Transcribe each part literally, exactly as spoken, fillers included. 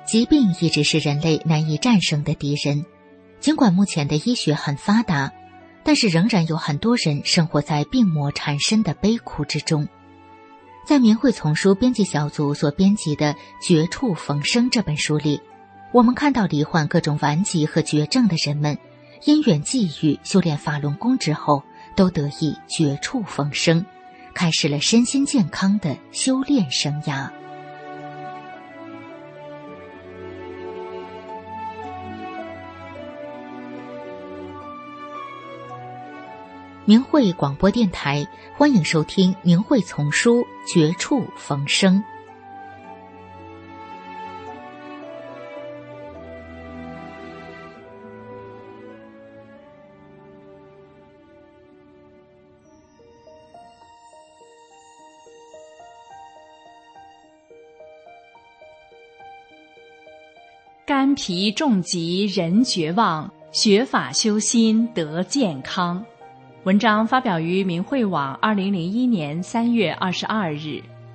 疾病一直是人类难以战胜的敌人。尽管目前的医学很发达，但是仍然有很多人生活在病魔缠身的悲苦之中。在明慧丛书编辑小组所编辑的《绝处逢生》这本书里，我们看到罹患各种顽疾和绝症的人们，因缘际遇修炼法轮功之后，都得以绝处逢生，开始了身心健康的修炼生涯。明慧广播电台，欢迎收听明慧丛书《绝处逢生》。 肝脾重疾人绝望，学法修心得健康。文章发表于明慧网二零零一年三月二十二日。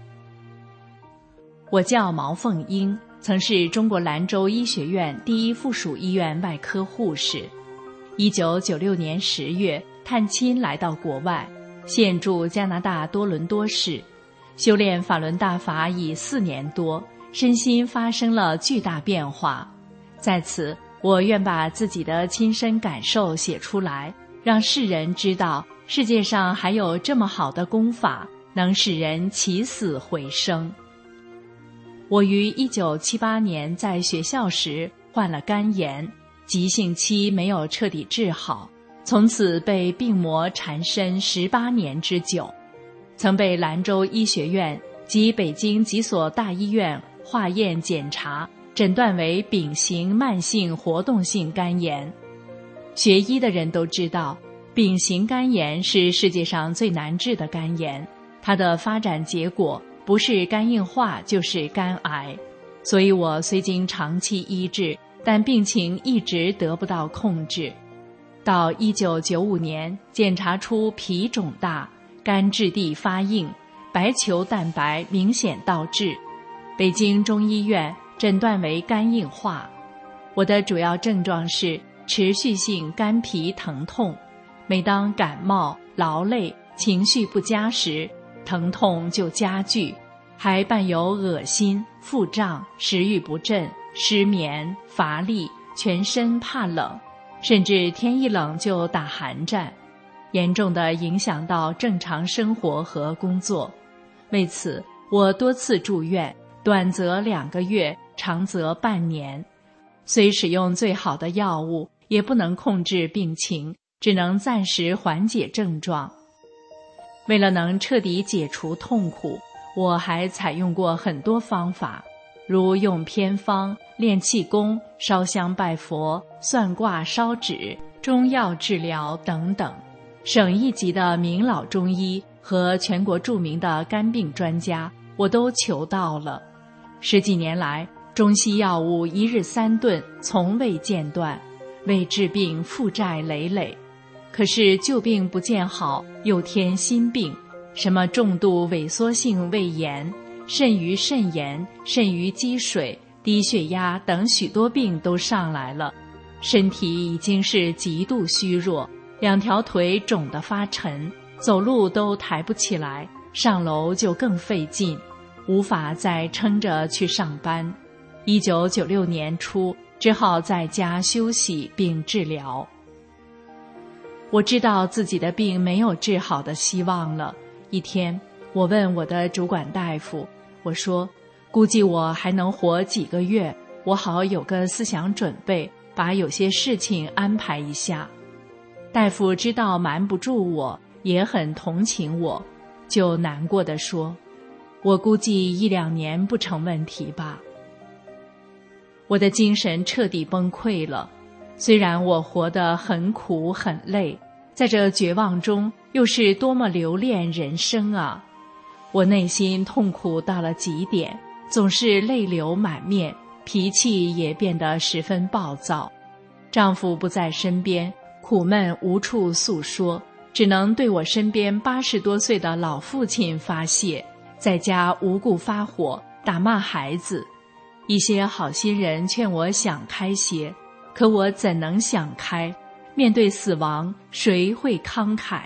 我叫毛凤英，曾是中国兰州医学院第一附属医院外科护士。一九九六年十月探亲来到国外，现住加拿大多伦多市，修炼法轮大法已四年多，身心发生了巨大变化。在此，我愿把自己的亲身感受写出来，让世人知道世界上还有这么好的功法，能使人起死回生。我于一九七八年在学校时患了肝炎，急性期没有彻底治好，从此被病魔缠身十八年之久，曾被兰州医学院及北京几所大医院化验检查，诊断为丙型慢性活动性肝炎。学医的人都知道，丙型肝炎是世界上最难治的肝炎，它的发展结果不是肝硬化就是肝癌。所以我虽经长期医治，但病情一直得不到控制。到一九九五年，检查出脾肿大，肝质地发硬，白球蛋白明显倒置，北京中医院诊断为肝硬化。我的主要症状是持续性肝脾疼痛，每当感冒、劳累、情绪不佳时，疼痛就加剧，还伴有恶心、腹胀、食欲不振、失眠、乏力、全身怕冷，甚至天一冷就打寒战，严重地影响到正常生活和工作。为此，我多次住院，短则两个月，长则半年。虽使用最好的药物，也不能控制病情，只能暂时缓解症状。为了能彻底解除痛苦，我还采用过很多方法，如用偏方、练气功、烧香拜佛、算卦烧纸、中药治疗等等。省一级的名老中医和全国著名的肝病专家，我都求到了。十几年来，中西药物一日三顿，从未间断，为治病负债累累。可是旧病不见好，又添新病，什么重度萎缩性胃炎、肾盂肾炎、肾盂积水、低血压等许多病都上来了，身体已经是极度虚弱，两条腿肿得发沉，走路都抬不起来，上楼就更费劲，无法再撑着去上班。一九九六年初，只好在家休息并治疗。我知道自己的病没有治好的希望了。一天，我问我的主管大夫，我说，估计我还能活几个月，我好有个思想准备，把有些事情安排一下。大夫知道瞒不住我，也很同情我，就难过地说，我估计一两年不成问题吧。我的精神彻底崩溃了，虽然我活得很苦很累，在这绝望中又是多么留恋人生啊！我内心痛苦到了极点，总是泪流满面，脾气也变得十分暴躁。丈夫不在身边，苦闷无处诉说，只能对我身边八十多岁的老父亲发泄，在家无故发火，打骂孩子。 一些好心人劝我想开些，可我怎能想开？面对死亡，谁会慷慨？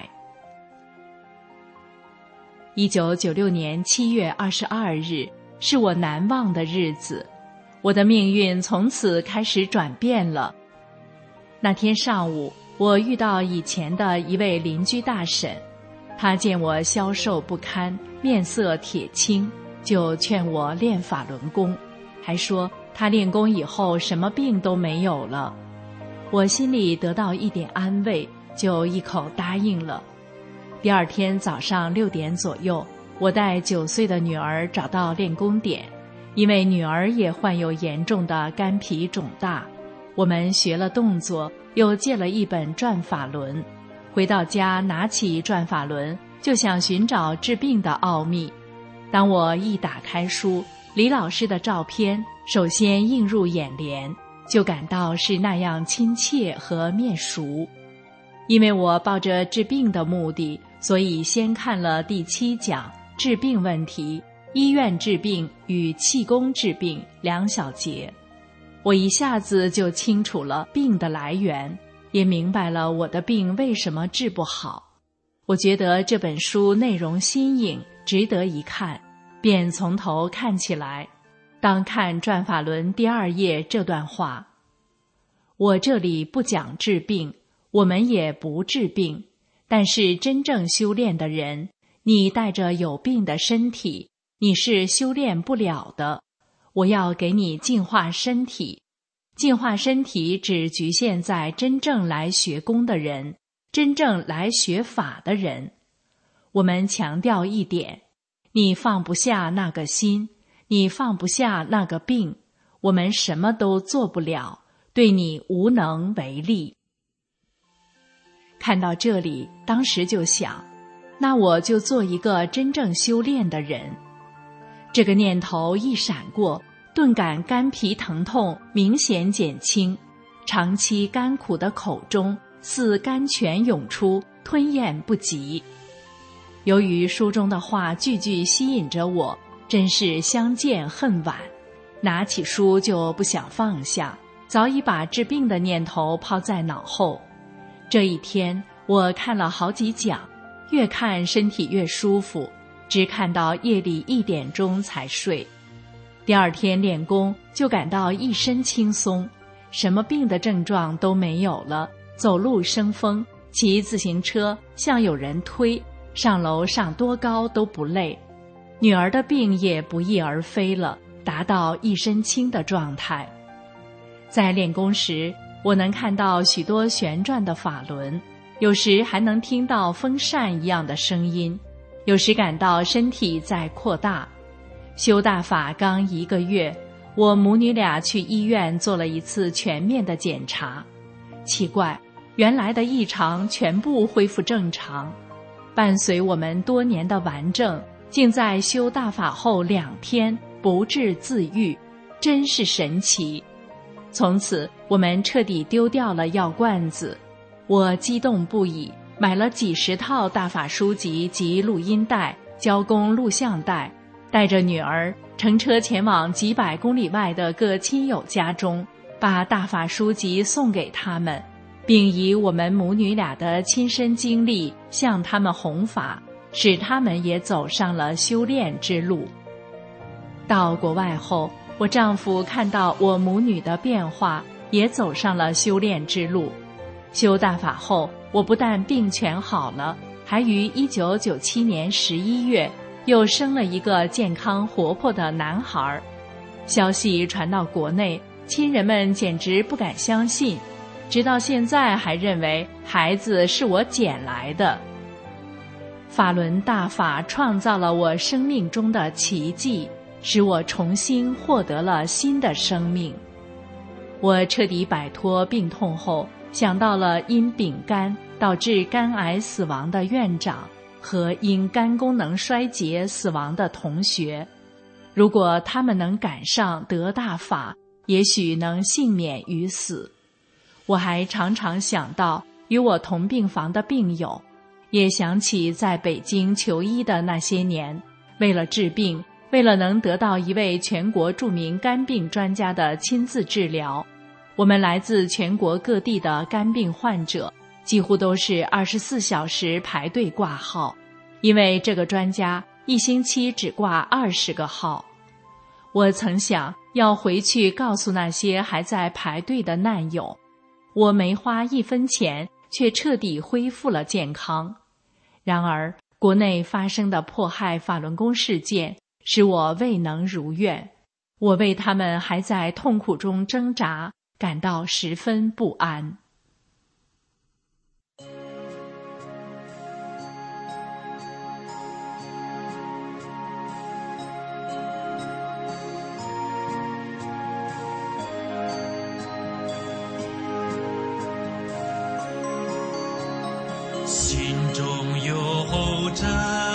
一九九六年七月二十二日是我难忘的日子，我的命运从此开始转变了。那天上午，我遇到以前的一位邻居大婶，她见我消瘦不堪，面色铁青，就劝我练法轮功，还说她练功以后什么病都没有了。我心里得到一点安慰，就一口答应了。第二天早上六点左右，我带九岁的女儿找到练功点，因为女儿也患有严重的肝脾肿大。我们学了动作，又借了一本转法轮。回到家，拿起转法轮，就想寻找治病的奥秘。当我一打开书，李老师的照片首先映入眼帘，就感到是那样亲切和面熟。因为我抱着治病的目的，所以先看了第七讲治病问题，医院治病与气功治病两小节。我一下子就清楚了病的来源，也明白了我的病为什么治不好。我觉得这本书内容新颖，值得一看，便从头看起来。当看转法轮第二页这段话：我这里不讲治病，我们也不治病，但是真正修炼的人，你带着有病的身体，你是修炼不了的。我要给你净化身体，净化身体只局限在真正来学功的人，真正来学法的人。我们强调一点，你放不下那个心，你放不下那个病，我们什么都做不了，对你无能为力。看到这里，当时就想，那我就做一个真正修炼的人。这个念头一闪过，顿感肝脾疼痛明显减轻，长期甘苦的口中似甘泉涌出，吞咽不及。由于书中的话句句吸引着我，真是相见恨晚，拿起书就不想放下，早已把治病的念头抛在脑后。这一天我看了好几讲，越看身体越舒服，只看到夜里一点钟才睡。第二天练功就感到一身轻松，什么病的症状都没有了，走路生风，骑自行车像有人推，上楼上多高都不累。女儿的病也不翼而飞了，达到一身轻的状态。在练功时，我能看到许多旋转的法轮，有时还能听到风扇一样的声音，有时感到身体在扩大。修大法刚一个月，我母女俩去医院做了一次全面的检查。奇怪，原来的异常全部恢复正常。伴随我们多年的顽症，竟在修大法后两天不治自愈，真是神奇。从此我们彻底丢掉了药罐子，我激动不已，买了几十套大法书籍及录音带、教功录像带，带着女儿乘车前往几百公里外的各亲友家中，把大法书籍送给他们，并以我们母女俩的亲身经历向他们弘法，使他们也走上了修炼之路。到国外后，我丈夫看到我母女的变化，也走上了修炼之路。修大法后，我不但病全好了，还于一九九七年十一月又生了一个健康活泼的男孩。消息传到国内，亲人们简直不敢相信，直到现在还认为孩子是我捡来的。法轮大法创造了我生命中的奇迹，使我重新获得了新的生命。我彻底摆脱病痛后，想到了因丙肝导致肝癌死亡的院长和因肝功能衰竭死亡的同学，如果他们能赶上得大法，也许能幸免于死。我还常常想到与我同病房的病友，也想起在北京求医的那些年，为了治病， 为了能得到一位全国著名肝病专家的亲自治疗，我们来自全国各地的肝病患者几乎都是二十四小时排队挂号，因为这个专家一星期只挂二十个号。我曾想要回去告诉那些还在排队的难友，我没花一分钱，却彻底恢复了健康。然而，国内发生的迫害法轮功事件使我未能如愿，我为他们还在痛苦中挣扎感到十分不安。 心中有真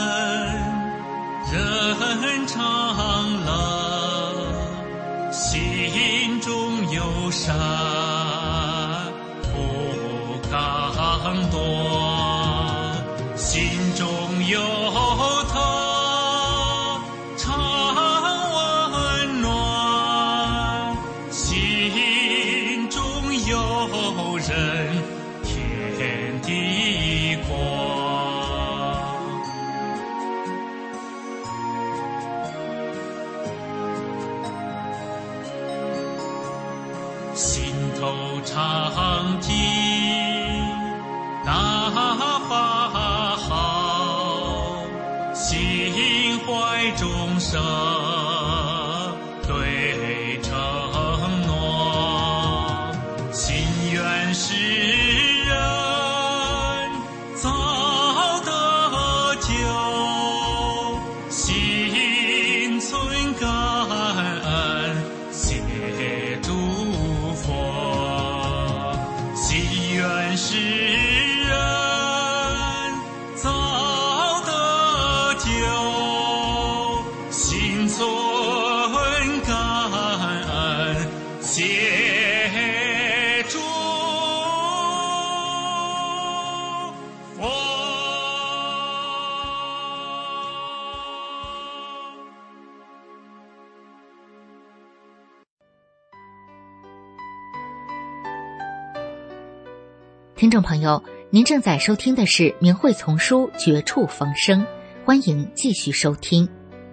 人常乐，心中有善不敢夺，心中有德常温暖，心中有人天地广。心头常记那法好，心怀众生对承诺，心愿世人早得救，心存感恩谢诸佛，心愿世人早得救，心存感恩谢诸佛。 听众朋友，您正在收听的是明慧丛书《绝处逢生》，欢迎继续收听。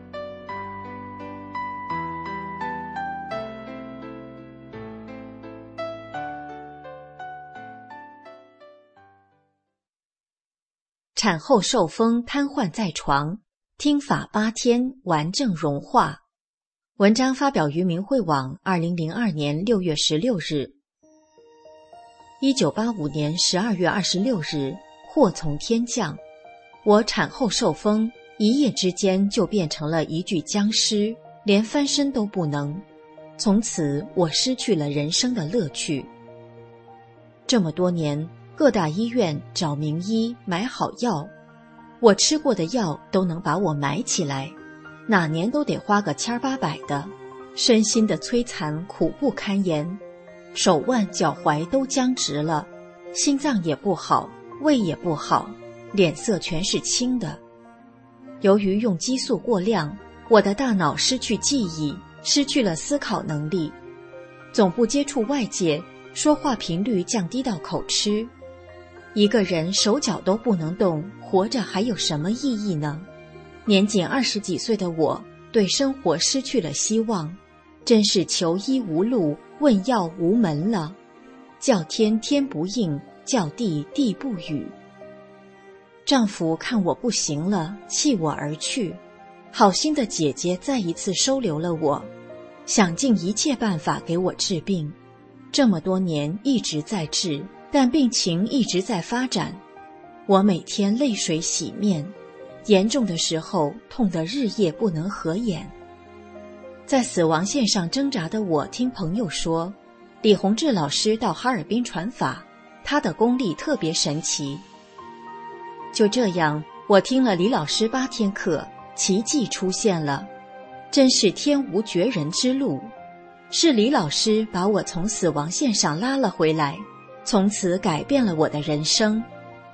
产后受风瘫痪在床，听法八天完正融化。文章发表于明慧网二零零二年六月十六日。一九八五年十二月二十六日，祸从天降，我产后受风，一夜之间就变成了一具僵尸，连翻身都不能。从此我失去了人生的乐趣。这么多年，各大医院找名医买好药，我吃过的药都能把我埋起来，哪年都得花个千八百的，身心的摧残苦不堪言，手腕脚踝都僵直了，心脏也不好，胃也不好，脸色全是青的。由于用激素过量，我的大脑失去记忆，失去了思考能力，总不接触外界，说话频率降低到口吃。一个人手脚都不能动，活着还有什么意义呢？年仅二十几岁的我，对生活失去了希望，真是求医无路，问药无门了。叫天天不应，叫地地不语。丈夫看我不行了，弃我而去。好心的姐姐再一次收留了我，想尽一切办法给我治病。这么多年一直在治，但病情一直在发展。我每天泪水洗面，严重的时候痛得日夜不能合眼。在死亡线上挣扎的我，听朋友说，李洪志老师到哈尔滨传法，他的功力特别神奇。就这样，我听了李老师八天课，奇迹出现了，真是天无绝人之路。是李老师把我从死亡线上拉了回来，从此改变了我的人生。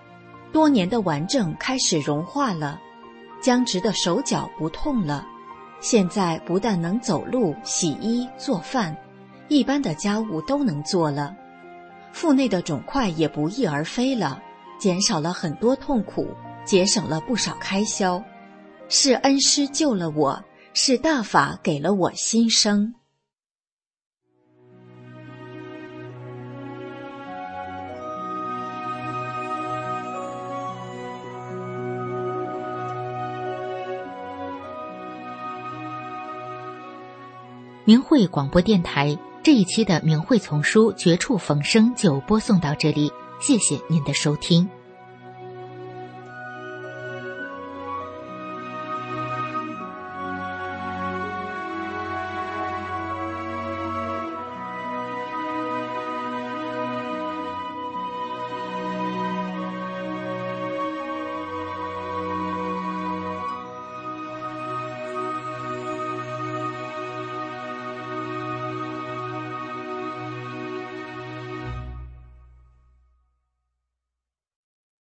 多年的顽症开始融化了，僵直的手脚不痛了， 现在不但能走路、洗衣、做饭，一般的家务都能做了，腹内的肿块也不翼而飞了，减少了很多痛苦，节省了不少开销。是恩师救了我，是大法给了我新生。 明慧广播电台这一期的明慧丛书绝处逢生就播送到这里，谢谢您的收听。